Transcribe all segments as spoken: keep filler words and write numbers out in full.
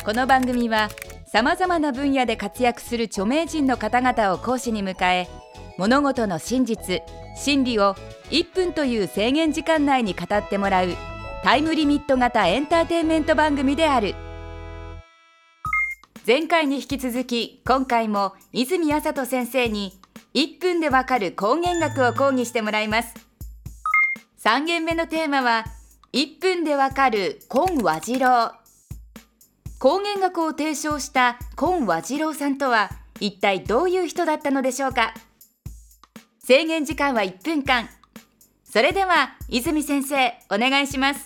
この番組はさまざまな分野で活躍する著名人の方々を講師に迎え、物事の真実、真理をいっぷんという制限時間内に語ってもらうタイムリミット型エンターテインメント番組である。前回に引き続き、今回も泉麻人先生にいっぷんでわかる光源学を講義してもらいます。さん限目のテーマは、いっぷんでわかる金和次郎。光源学を提唱した金和次郎さんとは一体どういう人だったのでしょうか。制限時間はいっぷんかん。それでは泉先生、お願いします。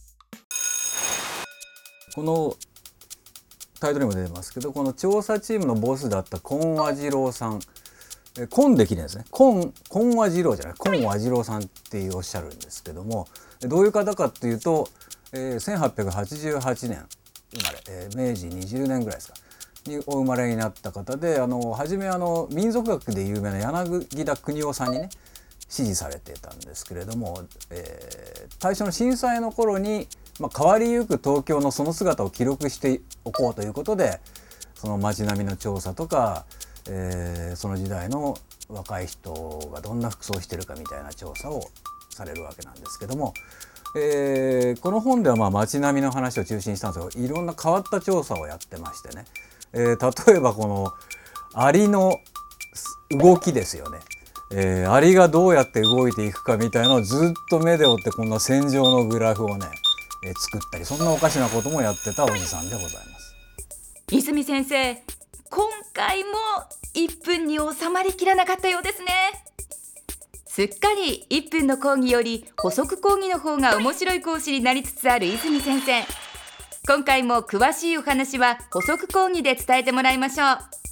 このタイトルにも出てますけど、この調査チームのボスだった金和次郎さん、金できるんですね。金金和次郎じゃない、金和次郎さんっておっしゃるんですけども、どういう方かっていうと、えー、せんはっぴゃくはちじゅうはちねん生まれ、えー、明治にじゅうねんぐらいですかにお生まれになった方で、あの初めあの民族学で有名な柳田国男さんにね支持されていたんですけれども、えー、大正の震災の頃に、まあ、変わりゆく東京のその姿を記録しておこうということで、その街並みの調査とか、えー、その時代の若い人がどんな服装をしているかみたいな調査をされるわけなんですけども、えー、この本ではまあ街並みの話を中心にしたんですけど、いろんな変わった調査をやってましてね、えー、例えばこのアリの動きですよね。えー、アリがどうやって動いていくかみたいなのをずっと目で追って、こんな線状のグラフをね、えー、作ったり、そんなおかしなこともやってたおじさんでございます。 泉先生、今回もいっぷんに収まりきらなかったようですね。すっかりいっぷんの講義より補足講義の方が面白い講師になりつつある泉先生。今回も詳しいお話は補足講義で伝えてもらいましょう。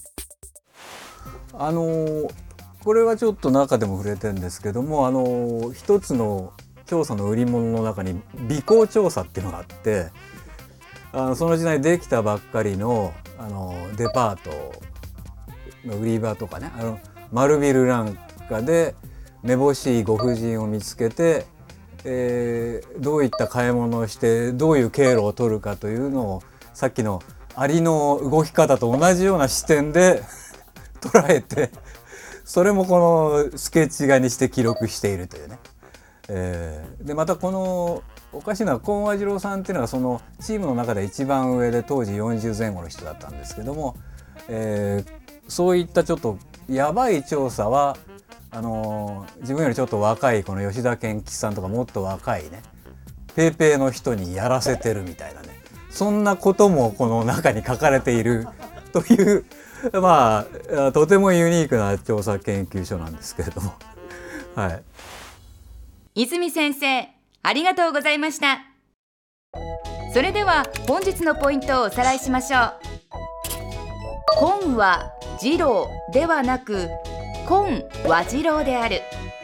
あのー、これはちょっと中でも触れてるんですけども、あのー、一つの調査の売り物の中に美行調査っていうのがあって、あのその時代できたばっかりの、あのー、デパートの売り場とかね、あの丸ビルなんかでめぼしいご婦人を見つけて、えー、どういった買い物をしてどういう経路を取るかというのを、さっきのアリの動き方と同じような視点で捉えて、それもこのスケッチ画にして記録しているというね、えー、でまたこのおかしいのは、金和次郎さんっていうのがそのチームの中で一番上で、当時よんじゅうぜん後の人だったんですけども、えー、そういったちょっとやばい調査はあのー、自分よりちょっと若いこの吉田健吉さんとか、もっと若いねペーペーの人にやらせてるみたいなね、そんなこともこの中に書かれているというまあとてもユニークな調査研究所なんですけれどもはい。 泉先生、ありがとうございました。それでは本日のポイントをおさらいしましょう。金は次郎ではなく金和次郎である。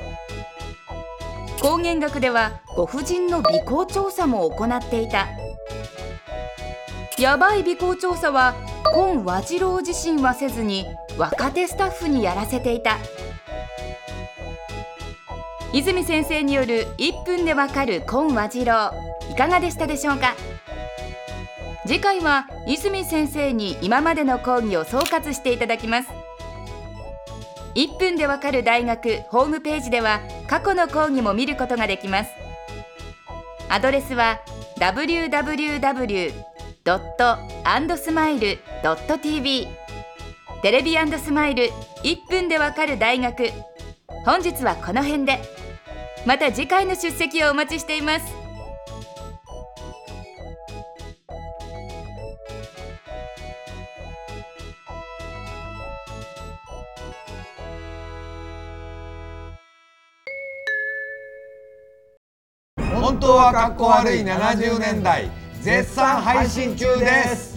光源学ではご婦人の美行調査も行っていた。やばい美行調査は金和次郎自身はせずに若手スタッフにやらせていた。泉先生によるいっぷんでわかる金和次郎、いかがでしたでしょうか。次回は泉先生に今までの講義を総括していただきます。いっぷんでわかる大学ホームページでは過去の講義も見ることができます。アドレスは ダブリューダブリューダブリュードットアンドスマイルドットティーブイ テレビ&スマイルいっぷんでわかる大学。本日はこの辺で。また次回の出席をお待ちしています。 本当はかっこ悪いななじゅうねんだい絶賛配信中です。